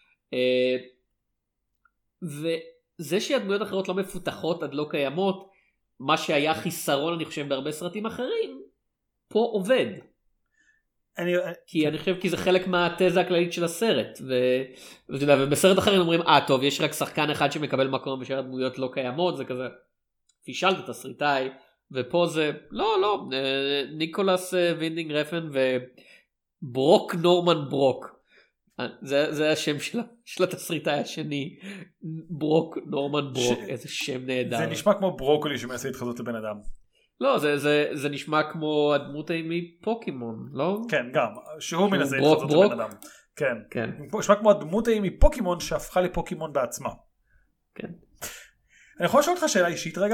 וזה שהדמויות אחרות לא מפותחות עד לא קיימות, מה שהיה חיסרון אני חושב בהרבה סרטים אחרים, פה עובד. אני, כי אני חושב כי זה חלק מהתזה הכללית של הסרט, ו, ואתה יודע, ובסרט אחרים אומרים, אה טוב, יש רק שחקן אחד שמקבל מקום ושאר הדמויות לא קיימות, זה כזה... פישלת את הסריטאי, ופה זה, לא, לא, ניקולס וינדינג רפן וברוק נורמן ברוק. זה, זה השם של, של התסריטאי השני, ברוק נורמן ברוק, ש... איזה שם נהדר. זה נשמע כמו ברוקולי שמנסה להתחזות לבן אדם. לא, זה, זה, זה נשמע כמו הדמות מפוקימון, לא? כן, גם, שהוא מנסה להתחזות לבן אדם. כן, כן. נשמע כמו הדמות מפוקימון שהפכה לפוקימון בעצמה. כן. אני יכול לשאול אותך שאלה אישית רגע?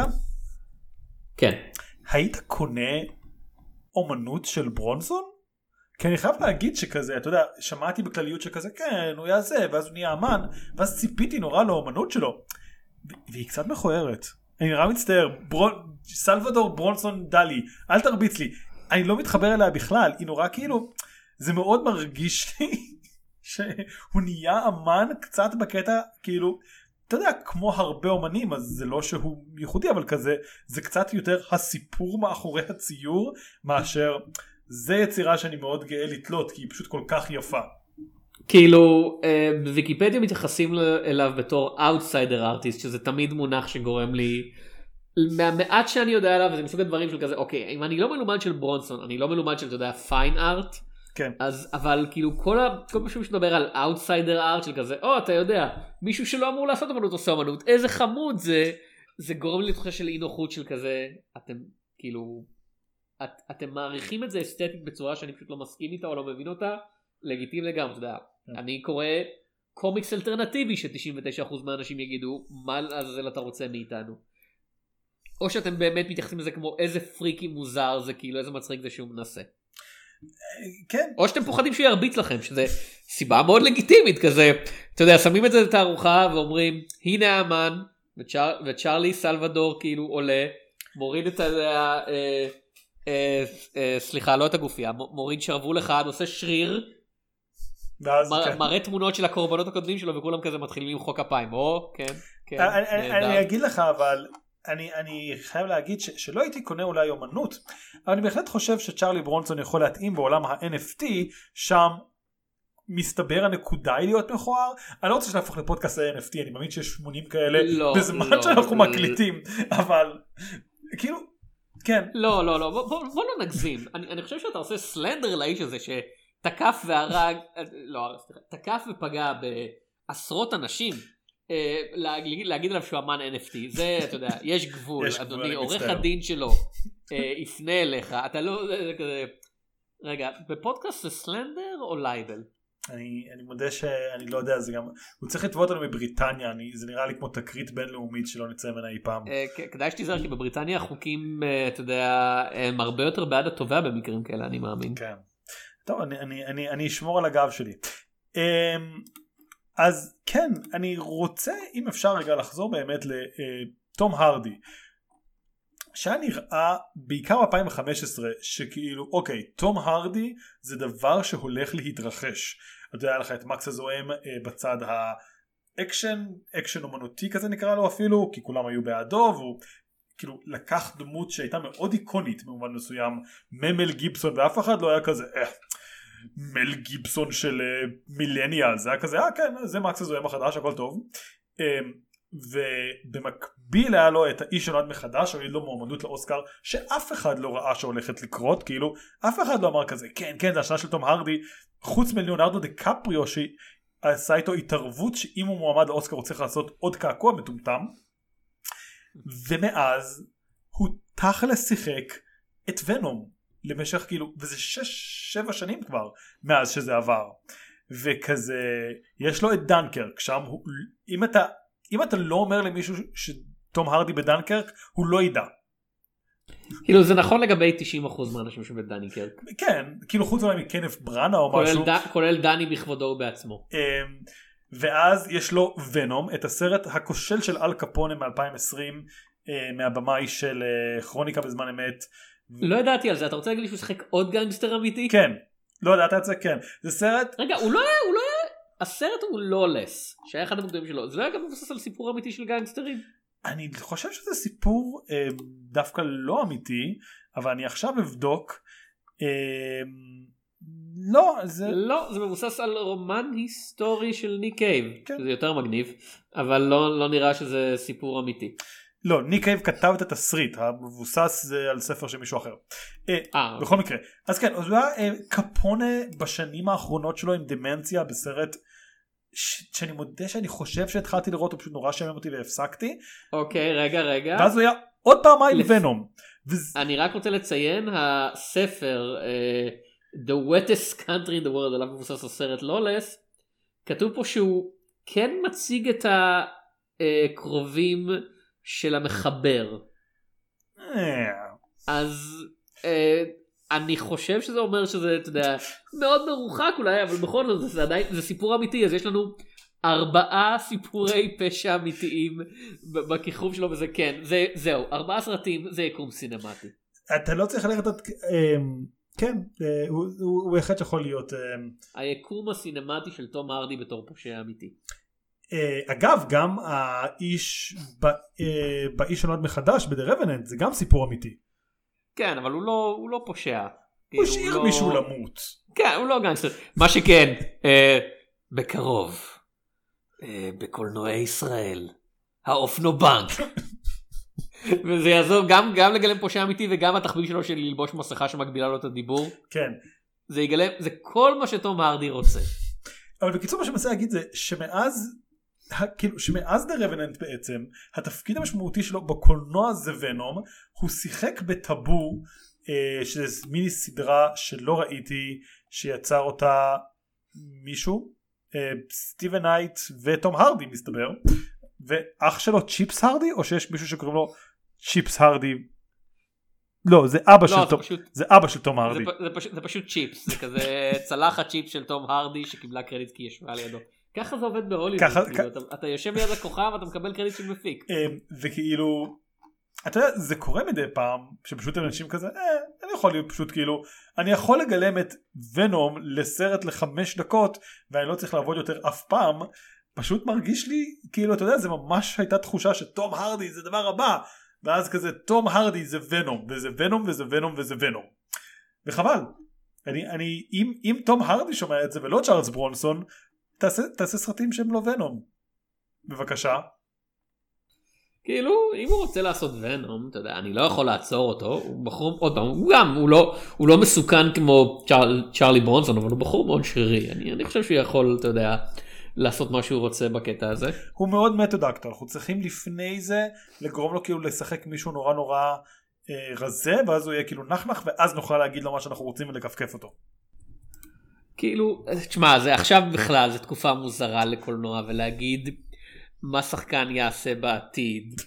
כן. היית קונה אומנות של ברונסון? כי אני חייב להגיד שכזה, אתה יודע, שמעתי בכלליות שכזה, כן, הוא יעשה, ואז הוא נהיה אמן, ואז ציפיתי נורא לאומנות שלו. והיא קצת מכוערת. אני נראה מצטער, ברונ... סלבדור ברונסון דלי, אל תרביץ לי. אני לא מתחבר אליה בכלל, היא נורא כאילו, זה מאוד מרגיש לי שהוא נהיה אמן קצת בקטע, כאילו, אתה יודע, כמו הרבה אומנים, אז זה לא שהוא ייחודי, אבל כזה, זה קצת יותר הסיפור מאחורי הציור, מאשר זה יצירה שאני מאוד גאה לתלות, כי היא פשוט כל כך יפה. כאילו, בוויקיפדיה מתייחסים אליו בתור outsider artist, שזה תמיד מונח שגורם לי, מהמעט שאני יודע עליו, וזה מסוג הדברים של כזה, אוקיי, אם אני לא מלומד של ברונסון, אני לא מלומד של, אתה יודע, פיין ארט, כן. אז, אבל כאילו כל, ה, כל משהו שמדבר על outsider art של כזה, או, אתה יודע, מישהו שלא אמור לעשות אמנות עושה אמנות, איזה חמוד זה, זה גורם לי לתחושה של אי נוחות של כזה, אתם כאילו, את, אתם מעריכים את זה אסתטית בצורה שאני פשוט לא מסכים איתה או לא מבין אותה, לגיטימי לגמרי, אתה יודע, כן. אני קורא קומיקס אלטרנטיבי ש-תשעים ותשעה אחוז מהאנשים יגידו, מה לעזאזל אתה רוצה מאיתנו? או שאתם באמת מתייחסים לזה כמו איזה פריקי מוזר זה, כאילו איזה מצחיק זה שהוא מנסה. כן. או שאתם פוחדים שהוא ירביץ לכם, שזה סיבה מאוד לגיטימית כזה, אתה יודע, שמים את זה לתערוכה ואומרים, הנה האמן, וצ'אר, וצ'ארלי סלבדור כאילו עולה, מוריד את ה... אה, אה, אה, סליחה, לא את הגופייה, מוריד שרוול אחד, עושה שריר, מ, כן. מראה תמונות של הקורבנות הקודמים שלו, וכולם כזה מתחילים למחוא כפיים, או, כן, כן. אני, אני, אני אגיד לך, אבל... אני, אני חייב להגיד ש, שלא הייתי קונה אולי אומנות, אבל אני בהחלט חושב שצ'ארלי ברונסון יכול להתאים בעולם ה-אן אף טי, שם מסתבר הנקודה היא להיות מכוער. אני לא רוצה שנהפוך לפודקאסט ה-אן אף טי, אני מאמין שיש שמונים כאלה לא, בזמן לא, שאנחנו לא, מקליטים, לא. אבל כאילו, כן. לא, לא, לא, בוא, בוא, בוא לא נגזים. אני, אני חושב שאתה עושה סלנדר לאיש הזה ש... תקף והרג, לא, תקף ופגע בעשרות אנשים, להגיד עליו שהוא אמן אן אף טי, זה, אתה יודע, יש גבול, אדוני, עורך הדין שלו יפנה אליך, אתה לא, רגע, בפודקאסט זה סלנדר או לייבל? אני, אני מודה שאני לא יודע, זה גם, הוא צריך לתבוע אותנו מבריטניה, אני, זה נראה לי כמו תקרית בינלאומית שלא נצא ממנה אי פעם. כדאי שתיזהר, כי בבריטניה החוקים, אתה יודע, הם הרבה יותר בעד התובע במקרים כאלה, אני מאמין. כן. טוב, אני, אני, אני, אני אשמור על הגב שלי. אז כן, אני רוצה, אם אפשר רגע לחזור באמת לתום הרדי, שהיה נראה בעיקר ב-אלפיים וחמש עשרה שכאילו אוקיי, תום הרדי זה דבר שהולך להתרחש. אתה יודע, היה לך את מקס הזוהם בצד האקשן, אקשן אומנותי כזה נקרא לו אפילו, כי כולם היו בעדו, והוא כאילו לקח דמות שהייתה מאוד איקונית במובן מסוים, ממל גיבסון, ואף אחד לא היה כזה אה, מל גיבסון של מילניאל, זה היה כזה אה כן, זה מקס הזוהם החדש, הכל טוב. ובמקביל היה לו את האיש שנולד מחדש, הוליד לו מועמדות לאוסקר שאף אחד לא ראה שהולכת לקרות, כאילו אף אחד לא אמר כזה כן כן זה השנה של תום הרדי, חוץ מליאונרדו דיקפריו שעשה איתו התערבות שאם הוא מועמד לאוסקר הוא צריך לעשות עוד קעקוע מטומטם, ומאז הוא תכלס שיחק את ונום למשך כאילו, וזה שש שבע שנים כבר מאז שזה עבר, וכזה יש לו את דנקרק שם, הוא, אם אתה אם אתה לא אומר למישהו שתום הרדי בדנקרק, הוא לא ידע. כאילו זה נכון לגבי תשעים אחוז מהאנשים שבדנקרק. כן, כאילו חוץ אולי מקנף בראנה או משהו. כולל דני בכבודו ובעצמו. ואז יש לו ונום, את הסרט הכושל של אל קפונה מ-אלפיים ועשרים, מהבמאי של כרוניקה בזמן אמת. לא ידעתי על זה, אתה רוצה להגיד לי שהוא שחק עוד גנגסטר אמיתי? כן, לא ידעת את זה, כן. זה סרט... רגע, הוא לא היה, הוא לא היה... הסרט הוא לולס, שהיה אחד המוקדמים שלו, זה לא היה גם מבוסס על סיפור אמיתי של גנגסטרים? אני חושב שזה סיפור אה, דווקא לא אמיתי, אבל אני עכשיו אבדוק. אה, לא, זה... לא, זה מבוסס על רומן היסטורי של ניק קייב, כן. שזה יותר מגניב, אבל לא, לא נראה שזה סיפור אמיתי. לא, ניק קייב כתב את התסריט, המבוסס זה על ספר של מישהו אחר. אה, בכל מקרה. אז כן, אז הוא היה קפונה בשנים האחרונות שלו עם דמנציה בסרט שאני מודה שאני חושב שהתחלתי לראות, הוא פשוט נורא שמם אותי והפסקתי. אוקיי, רגע, רגע. ואז הוא היה עוד פעמיים ונום. אני רק רוצה לציין, הספר The Wettest Country in the World, עליו מבוסס הסרט לולס, כתוב פה שהוא כן מציג את הקרובים של המחבר. אז אני חושב שזה אומר שזה, אתה יודע, מאוד מרוחק אולי, אבל בכל זאת זה עדיין, זה סיפור אמיתי, אז יש לנו ארבעה סיפורי פשע אמיתיים בכיכוב שלו, וזה כן, זה, זהו, ארבעה סרטים, זה יקום סינמטי. אתה לא צריך ללכת, כן, הוא אחד שיכול להיות. היקום הסינמטי של תום הרדי בתור פושע אמיתי. אגב, גם האיש באיש שנולד מחדש ב-The Revenant זה גם סיפור אמיתי. כן, אבל הוא לא, הוא לא פושע. הוא השאיר מישהו למות. כן, הוא לא גנגסטר. מה שכן, בקרוב, בקולנועי ישראל, האופנובנק. וזה יעזור גם, גם לגלם פושע אמיתי וגם התחביב שלו של ללבוש מסכה שמגבילה לו את הדיבור. כן. זה יגלם, זה כל מה שתום הרדי רוצה. אבל בקיצור מה שמנסה להגיד זה שמאז כאילו שמאז The Revenant בעצם התפקיד המשמעותי שלו בקולנוע זה ונום, הוא שיחק בטאבו אה, שזה מיני סדרה שלא ראיתי שיצר אותה מישהו, אה, סטיבן נייט ותום הרדי מסתבר, ואח שלו צ'יפס הרדי, או שיש מישהו שקוראים לו צ'יפס הרדי? לא, זה אבא, לא, של, זה תום, פשוט, זה אבא של תום הרדי. זה, זה, פשוט, זה פשוט צ'יפס, זה כזה צלחת צ'יפס של תום הרדי שקיבלה קרדיט כי ישבה לידו. ככה זה עובד בהוליווד, כאילו, אתה, אתה יושב ליד הכוכב ואתה מקבל קרדיט של מפיק. וכאילו, אתה יודע, זה קורה מדי פעם, שפשוט אנשים כזה, אה, אני יכול להיות פשוט כאילו, אני יכול לגלם את ונום לסרט לחמש דקות, ואני לא צריך לעבוד יותר אף פעם, פשוט מרגיש לי, כאילו, אתה יודע, זה ממש הייתה תחושה שתום הרדי זה דבר הבא, ואז כזה, תום הרדי זה ונום, וזה ונום, וזה ונום, וזה ונום. וחבל. אני, אני, אם, אם תום הרדי שומע את זה, ולא צ'ארלס ברונסון, תעשה, תעשה סרטים שהם לא ונום. בבקשה. כאילו, אם הוא רוצה לעשות ונום, אתה יודע, אני לא יכול לעצור אותו, הוא בחור, עוד פעם, הוא גם, הוא לא, הוא לא מסוכן כמו צ'אר, צ'רלי ברונסון, אבל הוא בחור מאוד שרירי, אני, אני חושב שהוא יכול, אתה יודע, לעשות מה שהוא רוצה בקטע הזה. הוא מאוד מתודקט, אנחנו צריכים לפני זה לגרום לו כאילו לשחק מישהו נורא נורא אה, רזה, ואז הוא יהיה כאילו נחנך, ואז נוכל להגיד לו מה שאנחנו רוצים ולכפכף אותו. כאילו, תשמע, זה עכשיו בכלל, זו תקופה מוזרה לקולנוע, ולהגיד מה שחקן יעשה בעתיד.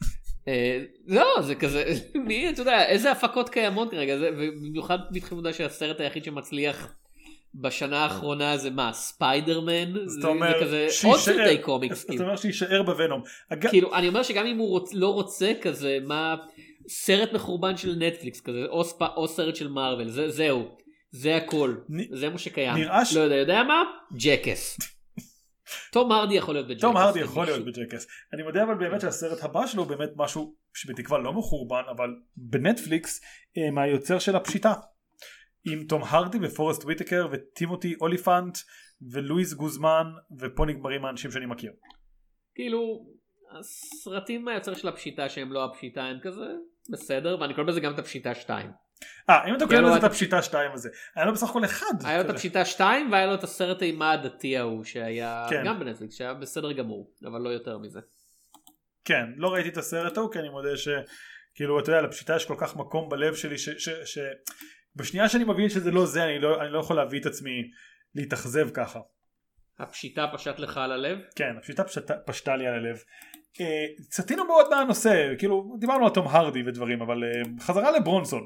לא, זה כזה, מי, אתה יודע, איזה הפקות קיימות כרגע, ובמיוחד מתחילים לדעת שהסרט היחיד שמצליח בשנה האחרונה זה מה, ספיידרמן? זה כזה עוד סרטי קומיקס. אתה אומר שישאר בוונום. כאילו, אני אומר שגם אם הוא לא רוצה כזה, מה, סרט מחורבן של נטפליקס כזה, או סרט של מארוול, זהו, זה הכל, זה מה שקיים. לא יודע, יודע מה? ג'קס. תום הרדי יכול להיות בג'קס. תום הרדי יכול להיות בג'קס. אני מודה אבל באמת שהסרט הבא שלו הוא באמת משהו שבתקווה לא מחורבן, אבל בנטפליקס מהיוצר של הפשיטה. עם תום הרדי ופורסט וויטקר וטימותי אוליפנט ולואיס גוזמן, ופה נגמרים האנשים שאני מכיר. כאילו, הסרטים מהיוצר של הפשיטה שהם לא הפשיטה הם כזה בסדר, ואני קורא בזה גם את הפשיטה שתיים. אה, אם אתה קורא לזה את הפשיטה שתיים הזה, היה לו בסך הכל אחד. היה לו את הפשיטה שתיים, והיה לו את הסרט האימה הדתי ההוא, שהיה גם בנטפליקס, שהיה בסדר גמור, אבל לא יותר מזה. כן, לא ראיתי את הסרט ההוא, כי אני מודה שכאילו, אתה יודע, לפשיטה יש כל כך מקום בלב שלי, שבשנייה שאני מבין שזה לא זה, אני לא יכול להביא את עצמי להתאכזב ככה. הפשיטה פשט לך על הלב? כן, הפשיטה פשטה לי על הלב. צטינו מאוד מהנושא, כאילו דיברנו על תום הרדי ודברים, אבל חזרה לברונסון.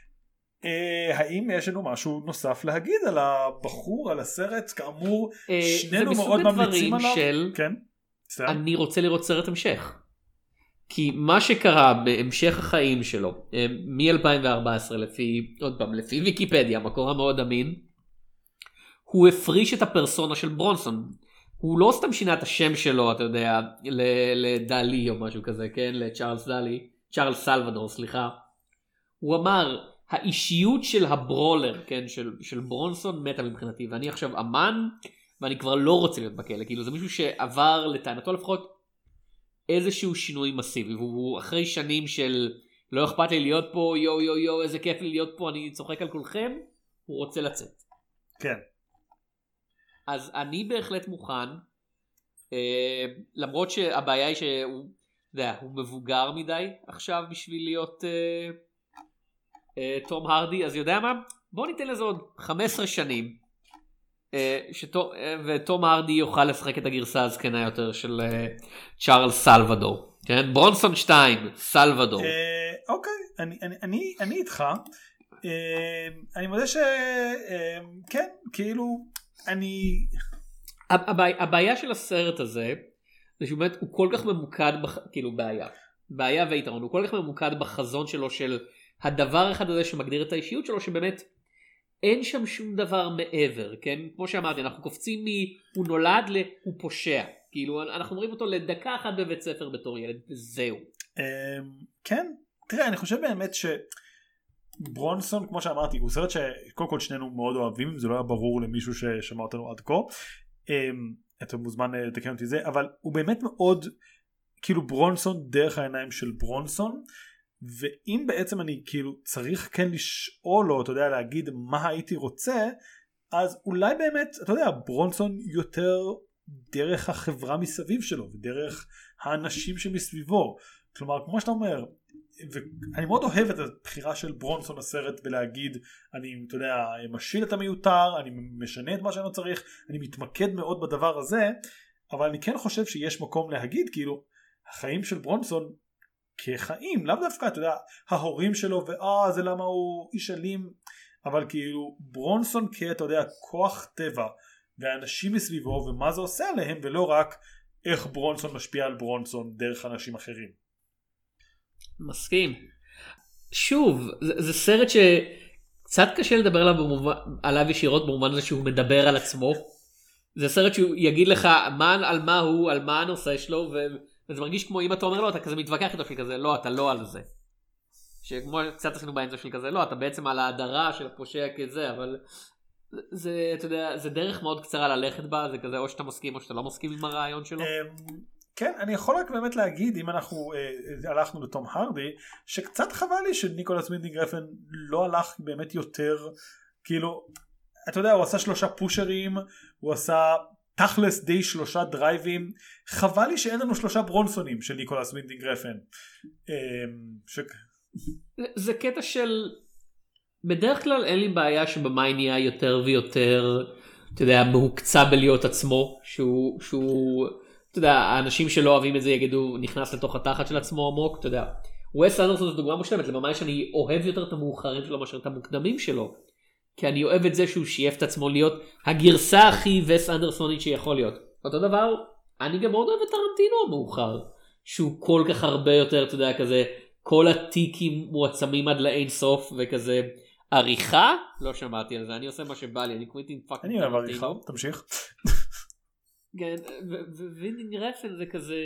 האם יש לנו משהו נוסף להגיד על הבחור, על הסרט? כאמור, שנינו מאוד ממליצים עליו. כן? אני רוצה לראות סרט המשך. כי מה שקרה בהמשך החיים שלו, מ-אלפיים וארבע עשרה לפי, עוד פעם, לפי ויקיפדיה, מקור המאוד אמין, הוא הפריש את הפרסונה של ברונסון. הוא לא סתם שינה את השם שלו, אתה יודע, לדלי או משהו כזה, כן? לצ'ארלס דלי, צ'ארלס סלוודור, סליחה. הוא אמר, האישיות של הברולר, כן, של, של ברונסון מתה מבחינתי, ואני עכשיו אמן, ואני כבר לא רוצה להיות בכלא, כאילו זה מישהו שעבר לטענתו לפחות איזשהו שינוי מסיבי, והוא אחרי שנים של לא אכפת לי להיות פה, יו יו יו, איזה כיף לי להיות פה, אני צוחק על כולכם, הוא רוצה לצאת. כן. אז אני בהחלט מוכן, אה, למרות שהבעיה היא שהוא, יודע, הוא מבוגר מדי עכשיו בשביל להיות אה, אה, תום הרדי, אז יודע מה? בוא ניתן לזה עוד חמש עשרה שנים, אה, שתום, אה, ותום הרדי יוכל לשחק את הגרסה הזקנה יותר של אה, צ'ארלס סלוודור. כן? ברונסון שתיים, סלוודור. אה, אוקיי, אני, אני, אני, אני איתך. אה, אני מודה שכן, אה, כאילו... אני... הבעיה, הבעיה של הסרט הזה זה שהוא באמת הוא כל כך ממוקד בח... כאילו בעיה בעיה ויתרון הוא כל כך ממוקד בחזון שלו של הדבר אחד הזה שמגדיר את האישיות שלו, שבאמת אין שם שום דבר מעבר, כן? כמו שאמרתי, אנחנו קופצים מ... הוא נולד ל... הוא פושע, כאילו אנחנו אומרים אותו לדקה אחת בבית ספר בתור ילד וזהו. כן, תראה, אני חושב באמת ש... ברונסון, כמו שאמרתי, הוא סרט שקודם כל שנינו מאוד אוהבים, אם זה לא היה ברור למישהו ששמע אותנו עד כה, אתה מוזמן לתקן אותי זה, אבל הוא באמת מאוד כאילו ברונסון דרך העיניים של ברונסון, ואם בעצם אני כאילו צריך כן לשאול לו, אתה יודע, להגיד מה הייתי רוצה, אז אולי באמת, אתה יודע, ברונסון יותר דרך החברה מסביב שלו, ודרך האנשים שמסביבו, כלומר, כמו שאתה אומר, ואני מאוד אוהב את הבחירה של ברונסון הסרט בלהגיד, אני, אתה יודע, משיל את המיותר, אני משנה את מה שאני צריך, אני מתמקד מאוד בדבר הזה, אבל אני כן חושב שיש מקום להגיד, כאילו, החיים של ברונסון כחיים, לאו דווקא, אתה יודע, ההורים שלו, ואה, זה למה הוא איש אלים, אבל כאילו, ברונסון כ, אתה יודע, כוח טבע, והאנשים מסביבו, ומה זה עושה עליהם, ולא רק איך ברונסון משפיע על ברונסון דרך אנשים אחרים. מסכים. שוב, זה, זה סרט שקצת קשה לדבר עליו, במובן, עליו ישירות במובן הזה שהוא מדבר על עצמו. זה סרט שהוא יגיד לך מה, על מה הוא, על מה הנושא שלו, וזה מרגיש כמו אם אתה אומר לו, אתה כזה מתווכח איתו של כזה, לא, אתה לא על זה. שכמו קצת עשינו באמצע של כזה, לא, אתה בעצם על ההדרה של הפושע כזה, אבל זה, אתה יודע, זה דרך מאוד קצרה ללכת בה, זה כזה או שאתה מסכים או שאתה לא מסכים עם הרעיון שלו. כן, אני יכול רק באמת להגיד, אם אנחנו אה, הלכנו לתום הרדי, שקצת חבל לי שניקולס ווינדינג רפן לא הלך באמת יותר, כאילו, אתה יודע, הוא עשה שלושה פושרים, הוא עשה תכלס די שלושה דרייבים, חבל לי שאין לנו שלושה ברונסונים של ניקולס ווינדינג רפן. אה, ש... זה קטע של, בדרך כלל אין לי בעיה שבמאי נהיה יותר ויותר, אתה יודע, מהוקצה בלהיות עצמו, שהוא, שהוא, אתה יודע, האנשים שלא אוהבים את זה יגידו, נכנס לתוך התחת של עצמו עמוק, אתה יודע. ווס אנדרסון זו דוגמה מושלמת, לממש שאני אוהב יותר את המאוחרים שלו מאשר את המוקדמים שלו, כי אני אוהב את זה שהוא שייף את עצמו להיות הגרסה הכי ווס אנדרסונית שיכול להיות. אותו דבר, אני גם מאוד אוהב את טרנטינו המאוחר, שהוא כל כך הרבה יותר, אתה יודע, כזה, כל הטיקים מועצמים עד לאין סוף וכזה, עריכה? לא שמעתי על זה, אני עושה מה שבא לי, אני קוויטין פאק. אני אוהב עריכה, תמשיך. כן, ווינדינג רפן זה כזה,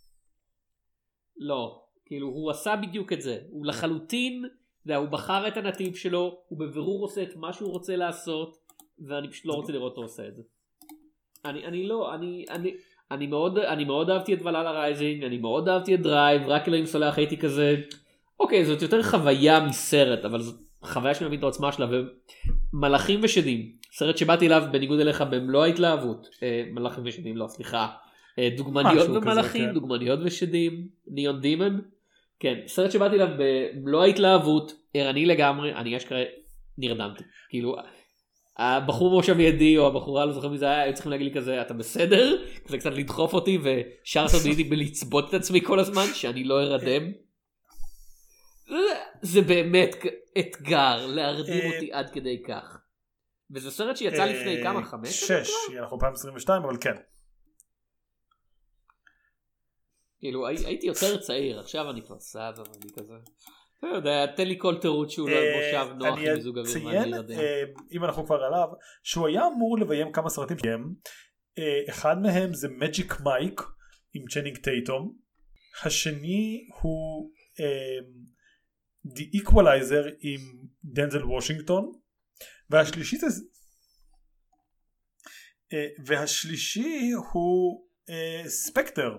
לא, כאילו הוא עשה בדיוק את זה, הוא לחלוטין, הוא בחר את הנתיב שלו, הוא בבירור עושה את מה שהוא רוצה לעשות, ואני פשוט לא רוצה לראות אותו עושה את זה. אני, אני לא, אני, אני, אני מאוד, אני מאוד אהבתי את ולאלה רייזינג, אני מאוד אהבתי את דרייב, רק אלוהים סולח הייתי כזה, אוקיי, זאת יותר חוויה מסרט, אבל זאת חוויה שאני מבין את העוצמה שלה, ומלאכים ושדים, סרט שבאתי אליו בניגוד אליך במלוא ההתלהבות, אה, מלאכים ושדים, לא, סליחה, אה, דוגמניות ומלאכים, כן. דוגמניות ושדים, ניון דימון, כן, סרט שבאתי אליו במלוא ההתלהבות, ערני לגמרי, אני אשכרה נרדמתי, כאילו, הבחור מושב ידי או הבחורה לא זוכר מי זה היה, היו צריכים להגיד לי כזה, אתה בסדר? כזה קצת לדחוף אותי ושארת אותי בלצבות את עצמי כל הזמן, שאני לא ארדם. זה באמת אתגר להרדים אותי עד כדי כך. וזה סרט שיצא לפני כמה? חמש? שש, אנחנו אלפיים עשרים ושתיים, אבל כן. כאילו הייתי יותר צעיר, עכשיו אני כבר סעד, אבל אני כזה... אתה יודע, תן לי כל תירוץ שהוא לא מושב נוח עם מיזוג אוויר ואני ארדם. אם אנחנו כבר עליו, שהוא היה אמור לביים כמה סרטים, אחד מהם זה מג'יק מייק עם צ'נינג טייטום, השני הוא The Equalizer עם דנזל וושינגטון, והשלישי זה והשלישי הוא ספקטר.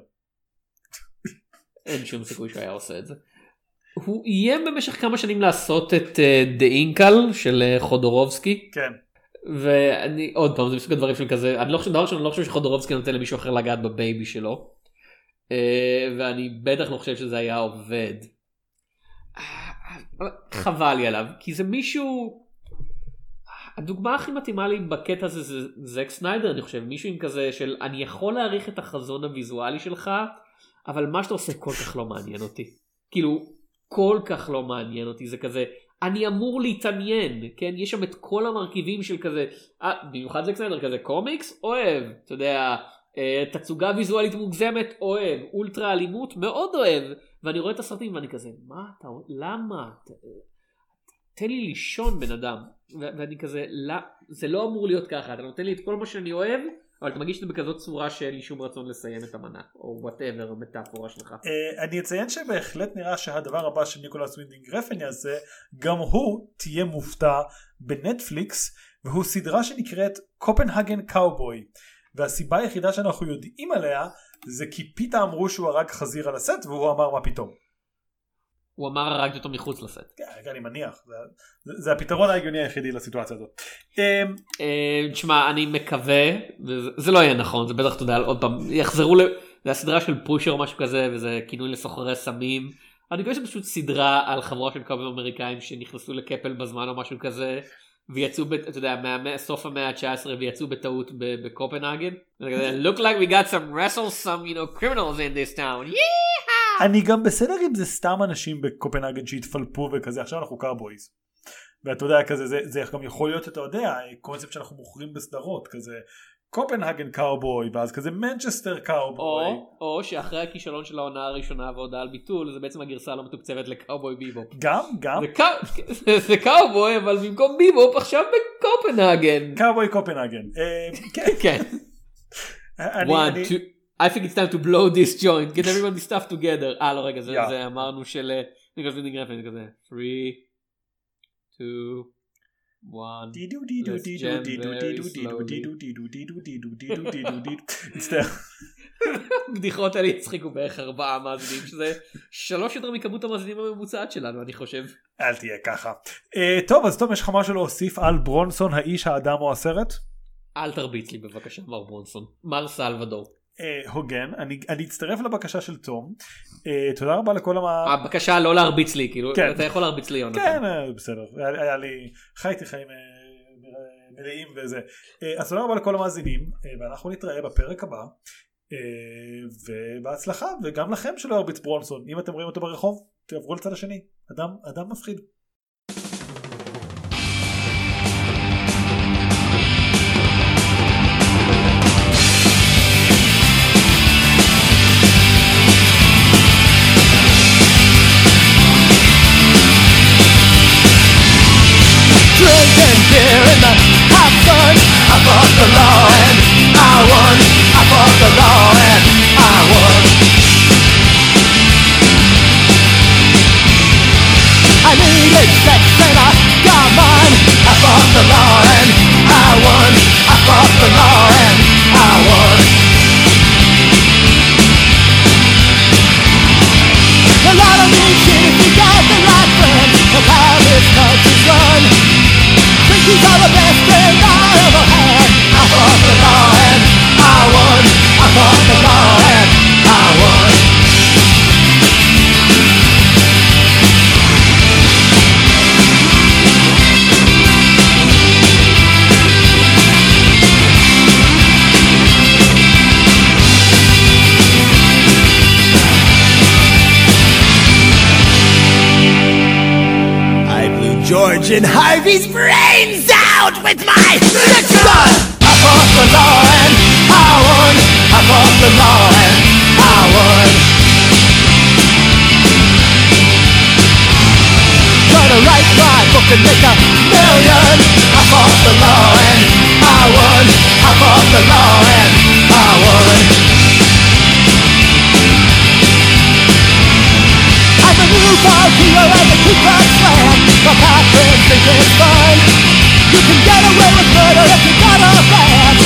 אין שום סיכוי שהיה עושה את זה. הוא יהיה במשך כמה שנים לעשות את דה אינקל של חודורובסקי. כן. ואני עוד פעם זה מסוג הדברים של כזה, אני לא חושב, דבר שאני לא חושב שחודורובסקי נותן למישהו אחר לגעת בבייבי שלו, ואני בטח לא חושב שזה היה עובד. חבל לי עליו, כי זה מישהו, הדוגמה הכי מתאימה לי בקטע הזה זה זק סניידר, אני חושב, מישהו עם כזה של אני יכול להעריך את החזון הוויזואלי שלך, אבל מה שאתה עושה כל כך לא מעניין אותי. כאילו, כל כך לא מעניין אותי, זה כזה, אני אמור להתעניין, כן? יש שם את כל המרכיבים של כזה, אה, במיוחד זק סניידר, כזה קומיקס, אוהב, אתה יודע, תצוגה ויזואלית מוגזמת, אוהב, אולטרה אלימות, מאוד אוהב, ואני רואה את הסרטים ואני כזה, מה אתה, למה? תן לי לישון בן אדם, ואני כזה, לא, זה לא אמור להיות ככה, אתה נותן לי את כל מה שאני אוהב, אבל אתה מגיש את זה בכזאת צורה שאין לי שום רצון לסיים את המנה, או whatever, המטאפורה שלך. אני אציין שבהחלט נראה שהדבר הבא שניקולס ווינדינג רפן יעשה, גם הוא תהיה מופתע בנטפליקס, והוא סדרה שנקראת קופנהגן קאובוי, והסיבה היחידה שאנחנו יודעים עליה, זה כי פיתה אמרו שהוא הרג חזיר על הסט, והוא אמר מה פתאום. הוא אמר הרגתי אותו מחוץ לסט. כן, אני מניח. זה, זה, זה הפתרון ההגיוני היחידי לסיטואציה הזאת. תשמע, אני מקווה, וזה לא יהיה נכון, זה בטח תודה, עוד פעם, יחזרו לסדרה של פושר או משהו כזה, וזה כינוי לסוחרי סמים. אני חושב שפשוט סדרה על חבורה של קאבים אמריקאים שנכנסו לקפל בזמן או משהו כזה, ויצאו, אתה יודע, מסוף המאה ה-תשע עשרה ויצאו בטעות בקופנהגן. Look like we got some wrestle some, you know, criminals in this town. Yeah! אני גם בסדר אם זה סתם אנשים בקופנהגן שהתפלפו וכזה, עכשיו אנחנו קאובויז. ואתה יודע, כזה, זה, זה גם יכול להיות, אתה יודע, קונספט שאנחנו מוכרים בסדרות, כזה, קופנהגן קאובוי, ואז כזה מנצ'סטר קאובוי. או, או שאחרי הכישלון של העונה הראשונה והודעה על ביטול, זה בעצם הגרסה לא מתוקצבת לקאובוי ביבופ. גם, גם. זה, קא... זה קאובוי, אבל במקום ביבופ עכשיו בקופנהגן. קאובוי קופנהגן. כן. כן. One, two, I think it's time to blow this joint, get everyone the stuff together. אה, לא רגע, זה, yeah. זה אמרנו של ניקולס ווינדינג רפן, כזה, three, two, one, let's jam very slowly. בדיחות האלה יצחיקו בערך ארבעה מאזינים, שזה שלוש יותר מכמות המאזינים הממוצעת שלנו, אני חושב. אל תהיה ככה. טוב, אז טוב, יש לך משהו להוסיף על ברונסון, האיש, האדם או הסרט? אל תרביץ לי בבקשה, מר ברונסון. מר סלוודור. הוגן, אני, אני אצטרף לבקשה של תום. תודה רבה לכל המ... הבקשה לא להרביץ לי, כאילו, אתה יכול להרביץ לי, יונתן. כן, בסדר. היה לי, חייתי חיים מלאים וזה. אז תודה רבה לכל המאזינים, ואנחנו נתראה בפרק הבא. ובהצלחה, וגם לכם שלא ירביץ ברונסון. אם אתם רואים אותו ברחוב, תעברו לצד השני. אדם, אדם מפחיד. Drinking beer in the hot sun. I fought the law and I won. I fought the law and I won. I needed sex and I got mine. I fought the law and I won. I fought the law and I won. A lot of me shit if you got the right friend of how this country's run. These are the best friends I ever had. I fought the law and I won. I fought the law and I won. I blew George and Harvey's brains out with my six gun. I fought the law and I won. I fought the law and I won. Try to write my book and make a million. I fought the law and I won. I fought the law and I won. I'm a newborn hero and the Ku Klux Klan. My path is fun. You can get away with murder if you got a plan.